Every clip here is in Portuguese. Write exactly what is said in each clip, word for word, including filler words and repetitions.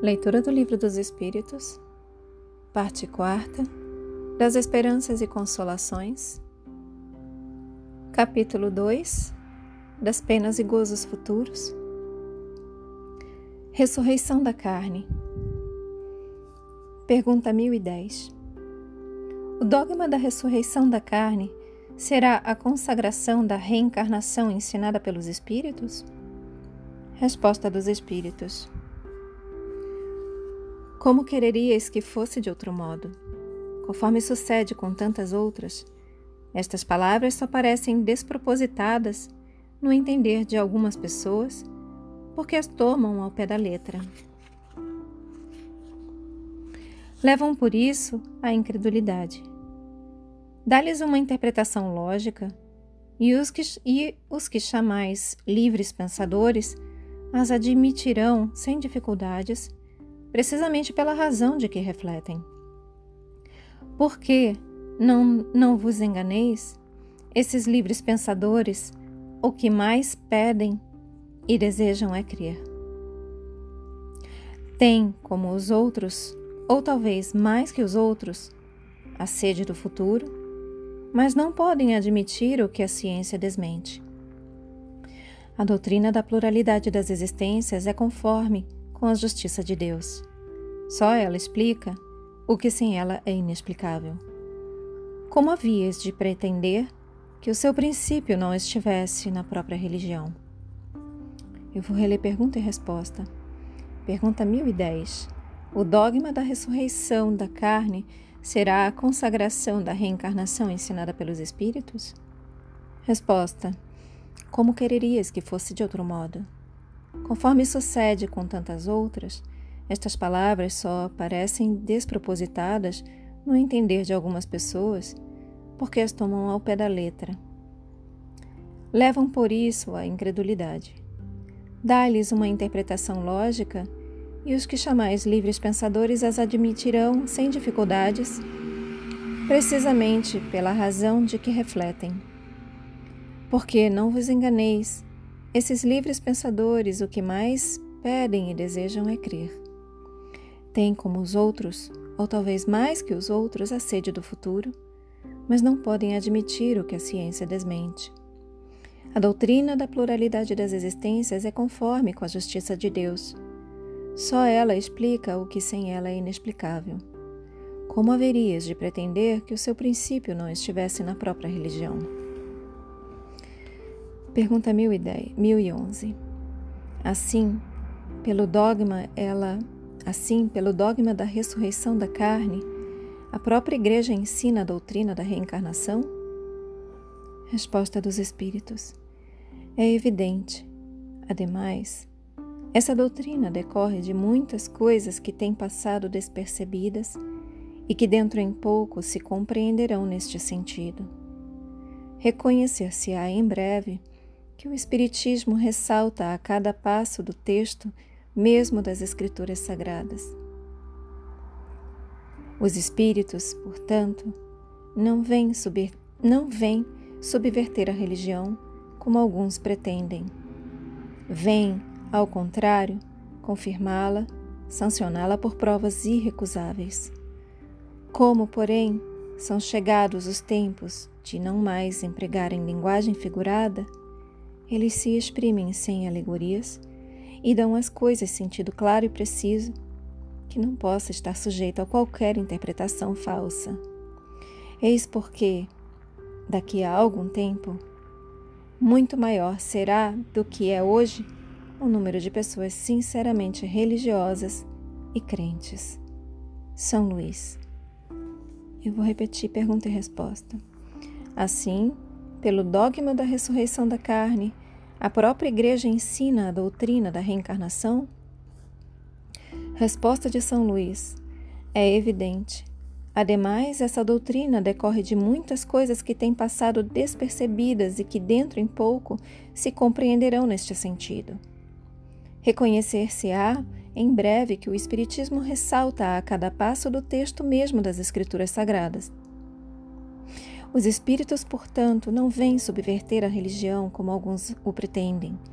Leitura do Livro dos Espíritos, parte quarta, das Esperanças e Consolações, capítulo dois, das Penas e Gozos Futuros, Ressurreição da Carne. Pergunta mil e dez. O dogma da ressurreição da carne será a consagração da reencarnação ensinada pelos Espíritos? Resposta dos Espíritos. Como quererias que fosse de outro modo? Conforme sucede com tantas outras, estas palavras só parecem despropositadas no entender de algumas pessoas, porque as tomam ao pé da letra. Levam por isso à incredulidade. Dá-lhes uma interpretação lógica, e os que, e os que chamais livres pensadores as admitirão sem dificuldades, precisamente pela razão de que refletem. Porque, não, não vos enganeis, esses livres pensadores, o que mais pedem e desejam é crer. Têm, como os outros, ou talvez mais que os outros, a sede do futuro, mas não podem admitir o que a ciência desmente. A doutrina da pluralidade das existências é conforme com a justiça de Deus. Só ela explica o que sem ela é inexplicável. Como havias de pretender que o seu princípio não estivesse na própria religião? Eu vou reler pergunta e resposta. Pergunta mil e dez. O dogma da ressurreição da carne será a consagração da reencarnação ensinada pelos Espíritos? Resposta. Como quererias que fosse de outro modo? Conforme sucede com tantas outras, estas palavras só parecem despropositadas no entender de algumas pessoas, porque as tomam ao pé da letra. Levam por isso à incredulidade. Dá-lhes uma interpretação lógica, e os que chamais livres pensadores as admitirão sem dificuldades, precisamente pela razão de que refletem. Porque não vos enganeis, esses livres pensadores o que mais pedem e desejam é crer. Têm como os outros, ou talvez mais que os outros, a sede do futuro, mas não podem admitir o que a ciência desmente. A doutrina da pluralidade das existências é conforme com a justiça de Deus. Só ela explica o que sem ela é inexplicável. Como haverias de pretender que o seu princípio não estivesse na própria religião? Pergunta mil e onze. Assim, pelo dogma, ela, assim, pelo dogma da ressurreição da carne, a própria Igreja ensina a doutrina da reencarnação? Resposta dos Espíritos. É evidente. Ademais, essa doutrina decorre de muitas coisas que têm passado despercebidas e que dentro em pouco se compreenderão neste sentido. Reconhecer-se-á em breve que o Espiritismo ressalta a cada passo do texto, mesmo das Escrituras Sagradas. Os Espíritos, portanto, não vêm, subir, não vêm subverter a religião, como alguns pretendem. Vêm, ao contrário, confirmá-la, sancioná-la por provas irrecusáveis. Como, porém, são chegados os tempos de não mais empregarem linguagem figurada, eles se exprimem sem alegorias e dão às coisas sentido claro e preciso, que não possa estar sujeito a qualquer interpretação falsa. Eis porque, daqui a algum tempo, muito maior será do que é hoje o número de pessoas sinceramente religiosas e crentes. São Luís. Eu vou repetir pergunta e resposta. Assim, pelo dogma da ressurreição da carne, a própria Igreja ensina a doutrina da reencarnação? Resposta de São Luís. É evidente. Ademais, essa doutrina decorre de muitas coisas que têm passado despercebidas e que dentro em pouco se compreenderão neste sentido. Reconhecer-se-á em breve que o Espiritismo ressalta a cada passo do texto mesmo das Escrituras Sagradas. Os espíritos, portanto, não vêm subverter a religião como alguns o pretendem.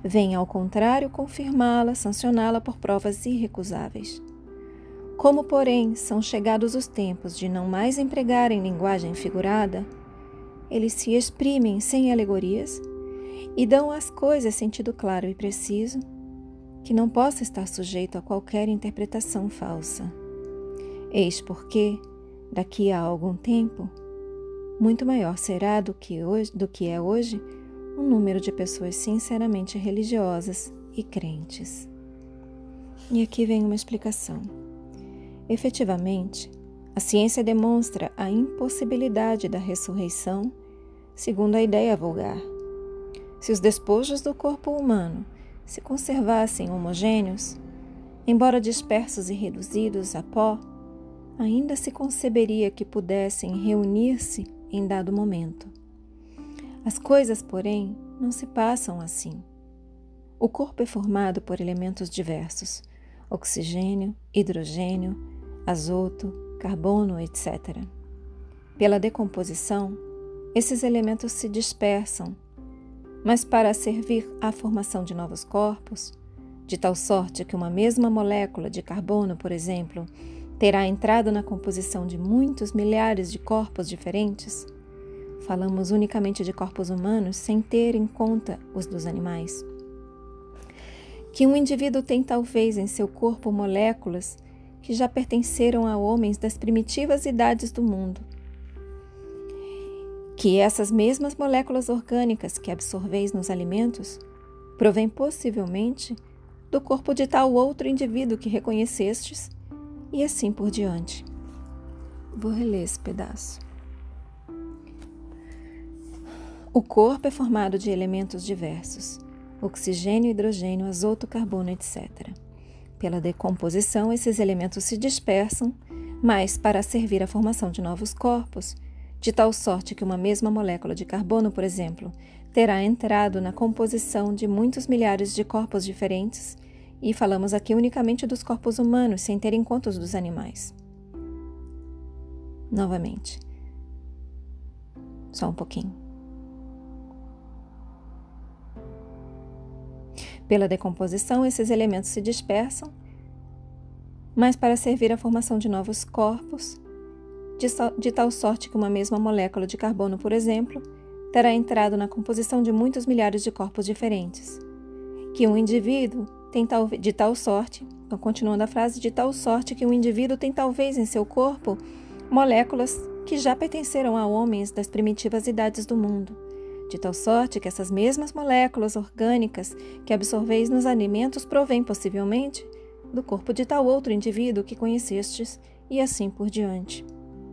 vem, ao contrário, confirmá-la, sancioná-la por provas irrecusáveis. Como, porém, são chegados os tempos de não mais empregarem linguagem figurada, eles se exprimem sem alegorias e dão às coisas sentido claro e preciso, que não possa estar sujeito a qualquer interpretação falsa. Eis porque, daqui a algum tempo, muito maior será do que, hoje, do que é hoje o número de pessoas sinceramente religiosas e crentes. E aqui vem uma explicação. Efetivamente, a ciência demonstra a impossibilidade da ressurreição segundo a ideia vulgar. Se os despojos do corpo humano se conservassem homogêneos, embora dispersos e reduzidos a pó, ainda se conceberia que pudessem reunir-se em dado momento. As coisas, porém, não se passam assim. O corpo é formado por elementos diversos: oxigênio, hidrogênio, azoto, carbono, etcétera. Pela decomposição, esses elementos se dispersam, mas para servir à formação de novos corpos, de tal sorte que uma mesma molécula de carbono, por exemplo, terá entrado na composição de muitos milhares de corpos diferentes. Falamos unicamente de corpos humanos sem ter em conta os dos animais. Que um indivíduo tem talvez em seu corpo moléculas que já pertenceram a homens das primitivas idades do mundo. Que essas mesmas moléculas orgânicas que absorveis nos alimentos provêm possivelmente do corpo de tal outro indivíduo que reconhecestes, e assim por diante. Vou reler esse pedaço. O corpo é formado de elementos diversos: oxigênio, hidrogênio, azoto, carbono, etcétera. Pela decomposição, esses elementos se dispersam, mas para servir à formação de novos corpos, de tal sorte que uma mesma molécula de carbono, por exemplo, terá entrado na composição de muitos milhares de corpos diferentes, e falamos aqui unicamente dos corpos humanos, sem ter em conta os dos animais. Novamente. Só um pouquinho. Pela decomposição, esses elementos se dispersam, mas para servir à formação de novos corpos, de, de tal sorte que uma mesma molécula de carbono, por exemplo, terá entrado na composição de muitos milhares de corpos diferentes. Que um indivíduo tem tal, de tal sorte, então continuando a frase, de tal sorte que um indivíduo tem talvez em seu corpo moléculas que já pertenceram a homens das primitivas idades do mundo, de tal sorte que essas mesmas moléculas orgânicas que absorveis nos alimentos provêm possivelmente do corpo de tal outro indivíduo que conhecestes, e assim por diante.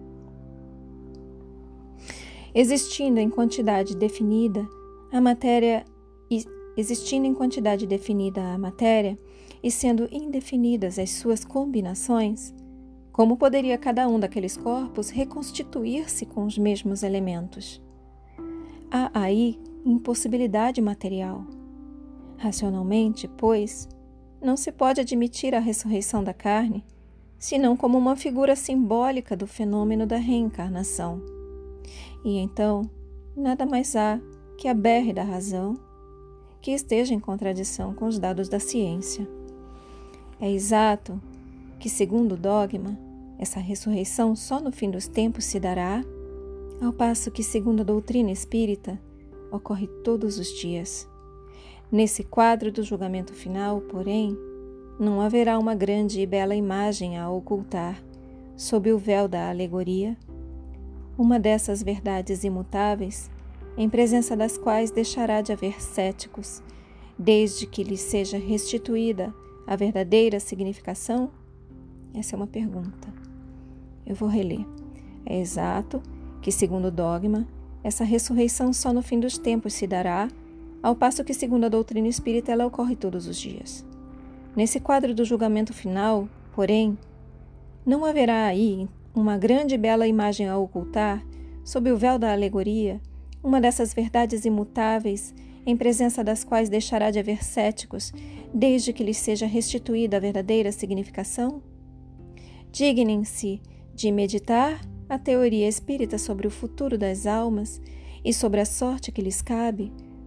Existindo em quantidade definida a matéria e Existindo em quantidade definida a matéria e sendo indefinidas as suas combinações, como poderia cada um daqueles corpos reconstituir-se com os mesmos elementos? Há aí impossibilidade material. Racionalmente, pois, não se pode admitir a ressurreição da carne, senão como uma figura simbólica do fenômeno da reencarnação. E então, nada mais há que a berre da razão que esteja em contradição com os dados da ciência. É exato que, segundo o dogma, essa ressurreição só no fim dos tempos se dará, ao passo que, segundo a doutrina espírita, ocorre todos os dias. Nesse quadro do julgamento final, porém, não haverá uma grande e bela imagem a ocultar, sob o véu da alegoria, uma dessas verdades imutáveis, em presença das quais deixará de haver céticos, desde que lhes seja restituída a verdadeira significação? Essa é uma pergunta. Eu vou reler. É exato que, segundo o dogma, essa ressurreição só no fim dos tempos se dará, ao passo que, segundo a doutrina espírita, ela ocorre todos os dias. Nesse quadro do julgamento final, porém, não haverá aí uma grande e bela imagem a ocultar, sob o véu da alegoria, uma dessas verdades imutáveis, em presença das quais deixará de haver céticos, desde que lhes seja restituída a verdadeira significação? Dignem-se de meditar a teoria espírita sobre o futuro das almas e sobre a sorte que lhes cabe,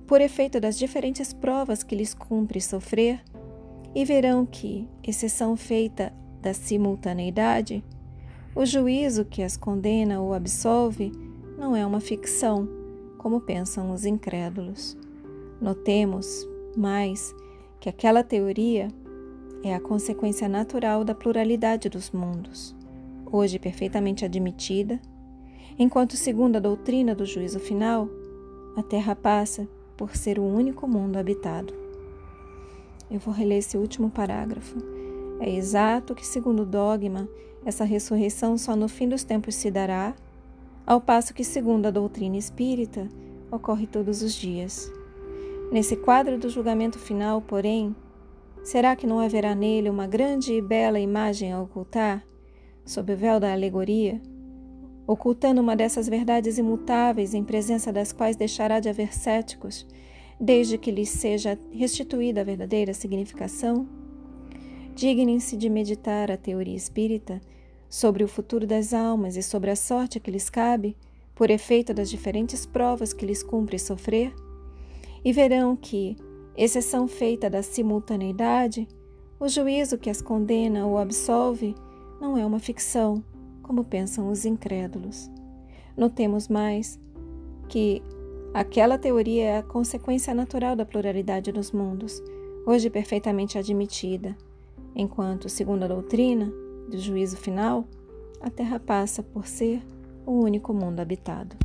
por efeito das diferentes provas que lhes cumpre sofrer, e verão que, exceção feita da simultaneidade, o juízo que as condena ou absolve não é uma ficção, como pensam os incrédulos. Notemos, mais, que aquela teoria é a consequência natural da pluralidade dos mundos, hoje perfeitamente admitida, enquanto, segundo a doutrina do juízo final, a Terra passa por ser o único mundo habitado. Eu vou reler esse último parágrafo. É exato que, segundo o dogma, essa ressurreição só no fim dos tempos se dará, ao passo que, segundo a doutrina espírita, ocorre todos os dias. Nesse quadro do julgamento final, porém, será que não haverá nele uma grande e bela imagem a ocultar, sob o véu da alegoria, ocultando uma dessas verdades imutáveis em presença das quais deixará de haver céticos, desde que lhes seja restituída a verdadeira significação? Dignem-se de meditar a teoria espírita sobre o futuro das almas e sobre a sorte que lhes cabe, por efeito das diferentes provas que lhes cumpre sofrer, e verão que, exceção feita da simultaneidade, o juízo que as condena ou absolve não é uma ficção, como pensam os incrédulos. Notemos mais que aquela teoria é a consequência natural da pluralidade dos mundos, hoje perfeitamente admitida, enquanto, segundo a doutrina do juízo final, a Terra passa por ser o único mundo habitado.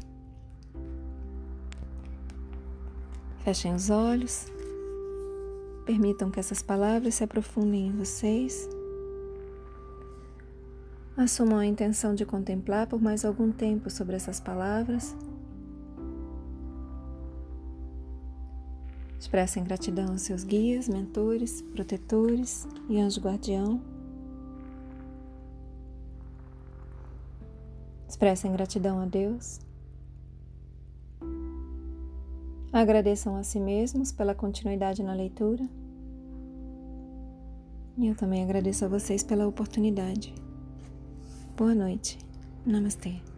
Fechem os olhos, permitam que essas palavras se aprofundem em vocês. Assumam a intenção de contemplar por mais algum tempo sobre essas palavras. Expressem gratidão aos seus guias, mentores, protetores e anjo guardião. Expressem gratidão a Deus. Agradeçam a si mesmos pela continuidade na leitura. E eu também agradeço a vocês pela oportunidade. Boa noite. Namastê.